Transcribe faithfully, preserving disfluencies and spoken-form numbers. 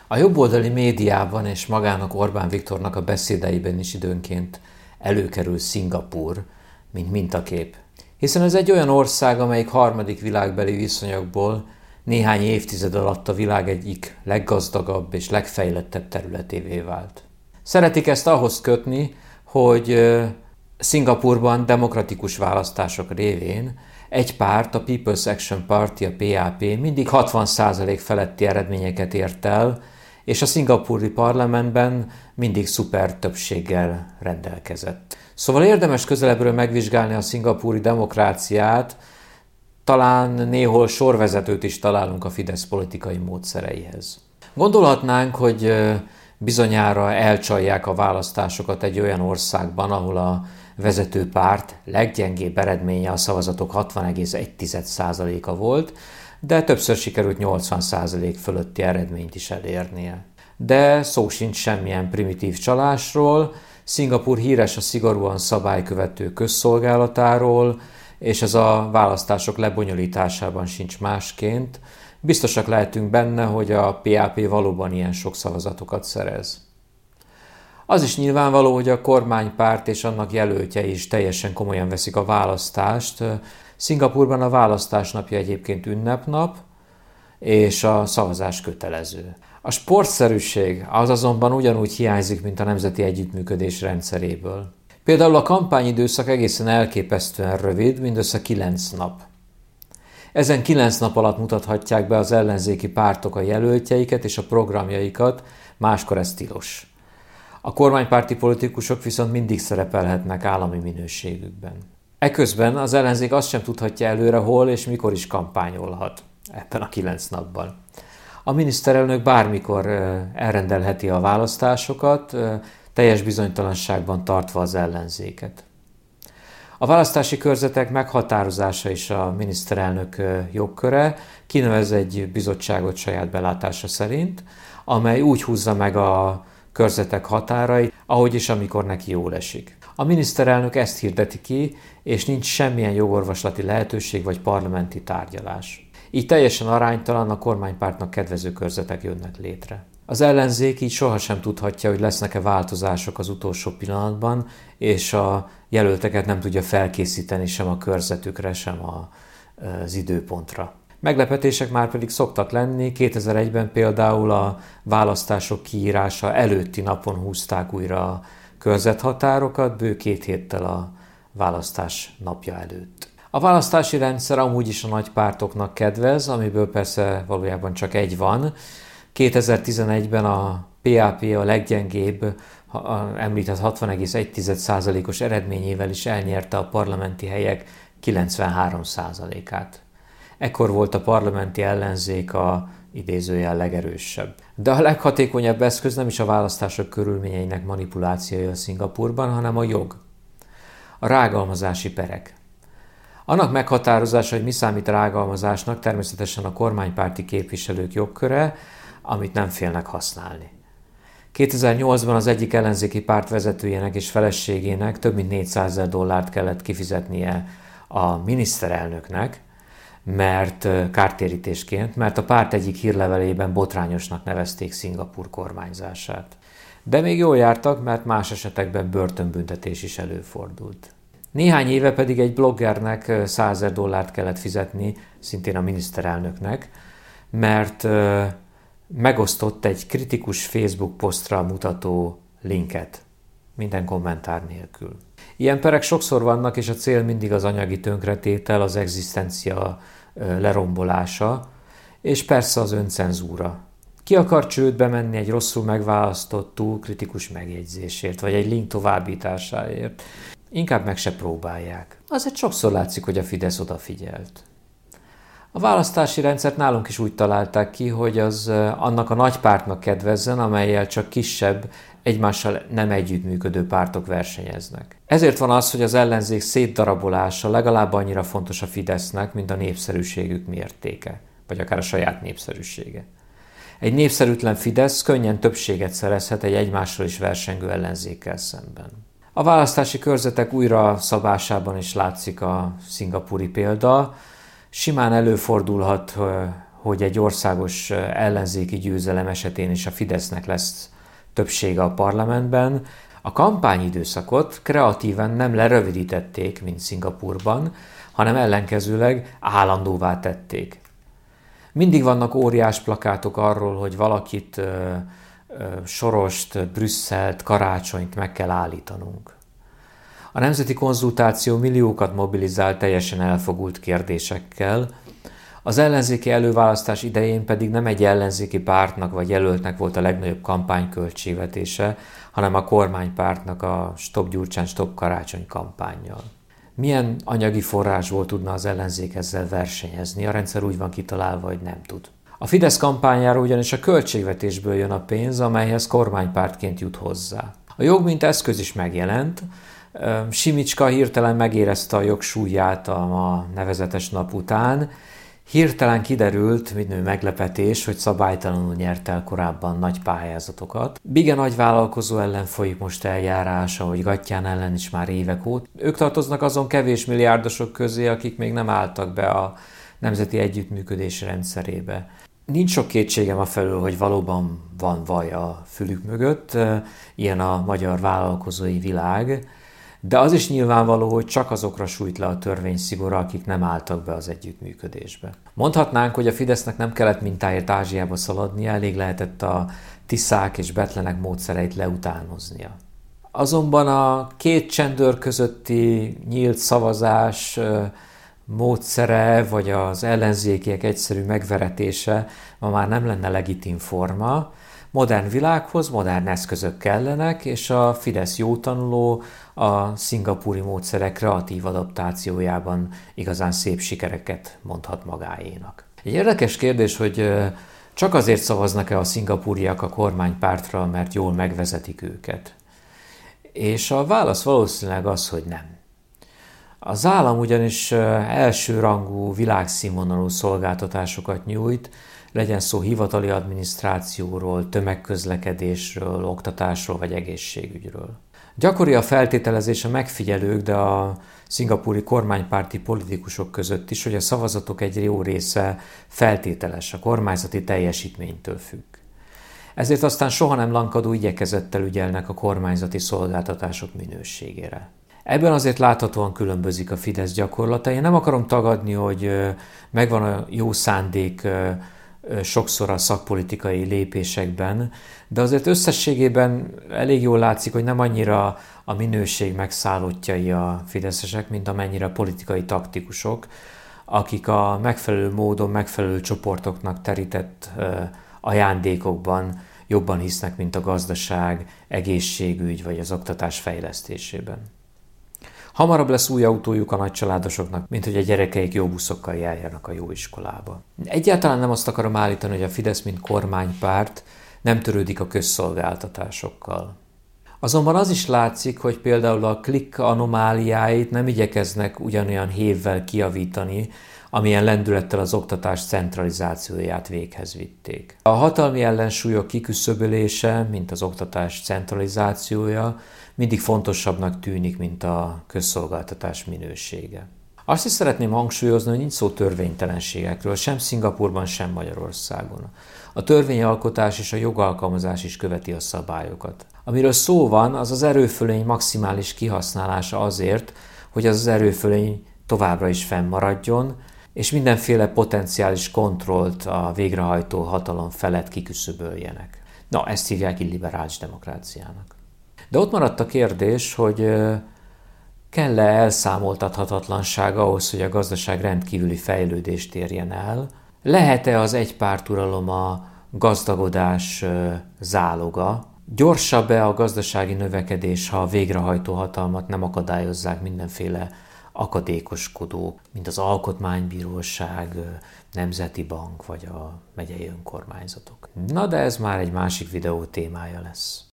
A jobboldali médiában és magának Orbán Viktornak a beszédeiben is időnként előkerül Szingapúr, mint mintakép. Hiszen ez egy olyan ország, amelyik harmadik világbeli viszonyokból néhány évtized alatt a világ egyik leggazdagabb és legfejlettebb területévé vált. Szeretik ezt ahhoz kötni, hogy Szingapúrban demokratikus választások révén egy párt, a People's Action Party, a pé á pé mindig hatvan százalék feletti eredményeket ért el, és a szingapúri parlamentben mindig szuper többséggel rendelkezett. Szóval érdemes közelebbről megvizsgálni a szingapúri demokráciát, talán néhol sorvezetőt is találunk a Fidesz politikai módszereihez. Gondolhatnánk, hogy bizonyára elcsalják a választásokat egy olyan országban, ahol a vezető párt leggyengébb eredménye a szavazatok hatvan egész egy százaléka volt, de többször sikerült nyolcvan százalék fölötti eredményt is elérnie. De szó sincs semmilyen primitív csalásról, Szingapúr híres a szigorúan szabálykövető közszolgálatáról, és ez a választások lebonyolításában sincs másként. Biztosak lehetünk benne, hogy a pé á pé valóban ilyen sok szavazatokat szerez. Az is nyilvánvaló, hogy a kormánypárt és annak jelöltjei is teljesen komolyan veszik a választást. Szingapúrban a választás napja egyébként ünnepnap, és a szavazás kötelező. A sportszerűség az azonban ugyanúgy hiányzik, mint a nemzeti együttműködés rendszeréből. Például a kampányidőszak egészen elképesztően rövid, mindössze kilenc nap. Ezen kilenc nap alatt mutathatják be az ellenzéki pártok a jelöltjeiket és a programjaikat, máskor ez tilos. A kormánypárti politikusok viszont mindig szerepelhetnek állami minőségükben. Eközben az ellenzék azt sem tudhatja előre, hol és mikor is kampányolhat ebben a kilenc napban. A miniszterelnök bármikor elrendelheti a választásokat, teljes bizonytalanságban tartva az ellenzéket. A választási körzetek meghatározása is a miniszterelnök jogköre, kinevez egy bizottságot saját belátása szerint, amely úgy húzza meg a körzetek határait, ahogy is amikor neki jól esik. A miniszterelnök ezt hirdeti ki, és nincs semmilyen jogorvoslati lehetőség vagy parlamenti tárgyalás. Így teljesen aránytalan, a kormánypártnak kedvező körzetek jönnek létre. Az ellenzék így sohasem tudhatja, hogy lesznek-e változások az utolsó pillanatban, és a jelölteket nem tudja felkészíteni sem a körzetükre, sem az időpontra. Meglepetések már pedig szoktak lenni, kétezer-egyben például a választások kiírása előtti napon húzták újra a körzethatárokat, bő két héttel a választás napja előtt. A választási rendszer amúgy is a nagy pártoknak kedvez, amiből persze valójában csak egy van. kétezer-tizenegyben a pé á pé a leggyengébb, a említett hatvan egész egy százalékos eredményével is elnyerte a parlamenti helyek kilencvenhárom százalékát. Ekkor volt a parlamenti ellenzék a idézőjel legerősebb. De a leghatékonyabb eszköz nem is a választások körülményeinek manipulációja Szingapúrban, hanem a jog. A rágalmazási perek. Annak meghatározása, hogy mi számít rágalmazásnak, természetesen a kormánypárti képviselők jogköre, amit nem félnek használni. kétezer-nyolcban az egyik ellenzéki párt vezetőjének és feleségének több mint négyszázezer dollárt kellett kifizetnie a miniszterelnöknek, mert kártérítésként, mert a párt egyik hírlevelében botrányosnak nevezték Szingapúr kormányzását. De még jól jártak, mert más esetekben börtönbüntetés is előfordult. Néhány éve pedig egy bloggernek százezer dollárt kellett fizetni, szintén a miniszterelnöknek, mert megosztott egy kritikus Facebook posztra mutató linket, minden kommentár nélkül. Ilyen perek sokszor vannak, és a cél mindig az anyagi tönkretétel, az egzisztencia lerombolása, és persze az öncenzúra. Ki akar csődbe menni egy rosszul megválasztott, túl kritikus megjegyzésért, vagy egy link továbbításáért? Inkább meg se próbálják. Azért sokszor látszik, hogy a Fidesz odafigyelt. A választási rendszert nálunk is úgy találták ki, hogy az annak a nagy pártnak kedvezzen, amellyel csak kisebb, egymással nem együttműködő pártok versenyeznek. Ezért van az, hogy az ellenzék szétdarabolása legalább annyira fontos a Fidesznek, mint a népszerűségük mértéke, vagy akár a saját népszerűsége. Egy népszerűtlen Fidesz könnyen többséget szerezhet egy egymással is versengő ellenzékkel szemben. A választási körzetek újra szabásában is látszik a szingapúri példa. Simán előfordulhat, hogy egy országos ellenzéki győzelem esetén is a Fidesznek lesz többsége a parlamentben. A kampányidőszakot kreatíven nem lerövidítették, mint Szingapúrban, hanem ellenkezőleg állandóvá tették. Mindig vannak óriás plakátok arról, hogy valakit, ö, ö, Sorost, Brüsszelt, Karácsonyt meg kell állítanunk. A nemzeti konzultáció milliókat mobilizált teljesen elfogult kérdésekkel, az ellenzéki előválasztás idején pedig nem egy ellenzéki pártnak vagy jelöltnek volt a legnagyobb kampányköltségvetése, hanem a kormánypártnak a Stop Gyurcsány, Stop Karácsony kampánnyal. Milyen anyagi forrásból tudna az ellenzék ezzel versenyezni? A rendszer úgy van kitalálva, hogy nem tud. A Fidesz kampányára ugyanis a költségvetésből jön a pénz, amelyhez kormánypártként jut hozzá. A jog mint eszköz is megjelent, Simicska hirtelen megérezte a jog súlyát a ma nevezetes nap után. Hirtelen kiderült, mindő meglepetés, hogy szabálytalanul nyert el korábban nagy pályázatokat. Bige nagyvállalkozó ellen folyik most eljárás, ahogy Gattyán ellen is már évek óta. Ők tartoznak azon kevés milliárdosok közé, akik még nem álltak be a nemzeti együttműködés rendszerébe. Nincs sok kétségem afelől, hogy valóban van vaj a fülük mögött, ilyen a magyar vállalkozói világ, de az is nyilvánvaló, hogy csak azokra sújt le a törvény szigora, akik nem álltak be az együttműködésbe. Mondhatnánk, hogy a Fidesznek nem kellett mintáért Ázsiába szaladnia, elég lehetett a tiszák és betlenek módszereit leutánoznia. Azonban a két csendőr közötti nyílt szavazás módszere, vagy az ellenzékiek egyszerű megveretése ma már nem lenne legitim forma. Modern világhoz modern eszközök kellenek, és a Fidesz jótanuló a szingapúri módszerek kreatív adaptációjában igazán szép sikereket mondhat magáénak. Egy érdekes kérdés, hogy csak azért szavaznak-e a szingapúriak a kormánypártra, mert jól megvezetik őket. És a válasz valószínűleg az, hogy nem. Az állam ugyanis elsőrangú világszínvonalú szolgáltatásokat nyújt, legyen szó hivatali adminisztrációról, tömegközlekedésről, oktatásról vagy egészségügyről. Gyakori a feltételezés a megfigyelők, de a szingapúri kormánypárti politikusok között is, hogy a szavazatok egy jó része feltételes, a kormányzati teljesítménytől függ. Ezért aztán soha nem lankadó igyekezettel ügyelnek a kormányzati szolgáltatások minőségére. Ebben azért láthatóan különbözik a Fidesz gyakorlata. Én nem akarom tagadni, hogy megvan a jó szándék sokszor a szakpolitikai lépésekben, de azért összességében elég jól látszik, hogy nem annyira a minőség megszállottjai a fideszesek, mint amennyire a politikai taktikusok, akik a megfelelő módon, megfelelő csoportoknak terített ajándékokban jobban hisznek, mint a gazdaság, egészségügy vagy az oktatás fejlesztésében. Hamarabb lesz új autójuk a nagycsaládosoknak, mint hogy a gyerekeik jó buszokkal járjanak a jó iskolába. Egyáltalán nem azt akarom állítani, hogy a Fidesz, mint kormánypárt nem törődik a közszolgáltatásokkal. Azonban az is látszik, hogy például a klikk anomáliáit nem igyekeznek ugyanolyan hévvel kijavítani, amilyen lendülettel az oktatás centralizációját véghez vitték. A hatalmi ellensúlyok kiküszöbölése, mint az oktatás centralizációja, mindig fontosabbnak tűnik, mint a közszolgáltatás minősége. Azt is szeretném hangsúlyozni, hogy nincs szó törvénytelenségekről, sem Szingapúrban, sem Magyarországon. A törvényalkotás és a jogalkalmazás is követi a szabályokat. Amiről szó van, az az erőfölény maximális kihasználása azért, hogy az az erőfölény továbbra is fennmaradjon, és mindenféle potenciális kontrollt a végrehajtó hatalom felett kiküszöböljenek. Na, ezt hívják illiberális demokráciának. De ott maradt a kérdés, hogy kell-e elszámoltathatatlanság ahhoz, hogy a gazdaság rendkívüli fejlődést érjen el? Lehet-e az egypárturalom a gazdagodás záloga? Gyorsabb-e a gazdasági növekedés, ha a végrehajtó hatalmat nem akadályozzák mindenféle akadékoskodók, mint az Alkotmánybíróság, Nemzeti Bank vagy a megyei önkormányzatok? Na de ez már egy másik videó témája lesz.